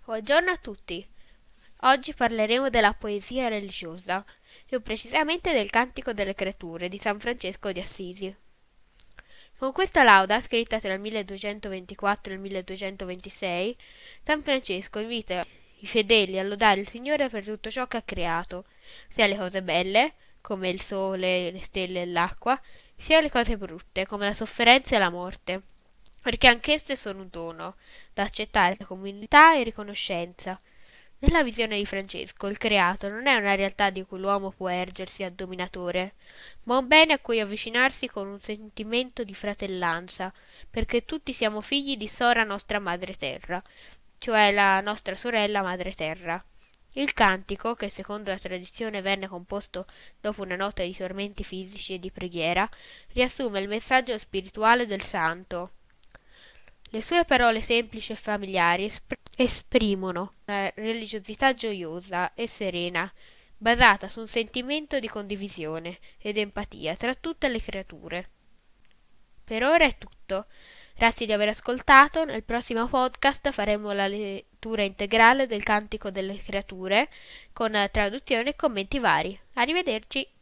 Buongiorno a tutti. Oggi parleremo della poesia religiosa, più precisamente del Cantico delle Creature di San Francesco di Assisi. Con questa lauda, scritta tra il 1224 e il 1226, San Francesco invita i fedeli a lodare il Signore per tutto ciò che ha creato, sia le cose belle, come il sole, le stelle e l'acqua, sia le cose brutte, come la sofferenza e la morte, perché anch'esse sono un dono, da accettare come umiltà e riconoscenza. Nella visione di Francesco, il creato non è una realtà di cui l'uomo può ergersi a dominatore, ma un bene a cui avvicinarsi con un sentimento di fratellanza, perché tutti siamo figli di Sora nostra Madre Terra, cioè la nostra sorella Madre Terra. Il cantico, che secondo la tradizione venne composto dopo una notte di tormenti fisici e di preghiera, riassume il messaggio spirituale del santo. Le sue parole semplici e familiari esprimono una religiosità gioiosa e serena, basata su un sentimento di condivisione ed empatia tra tutte le creature. Per ora è tutto. Grazie di aver ascoltato. Nel prossimo podcast faremo la lettura integrale del Cantico delle Creature con traduzione e commenti vari. Arrivederci.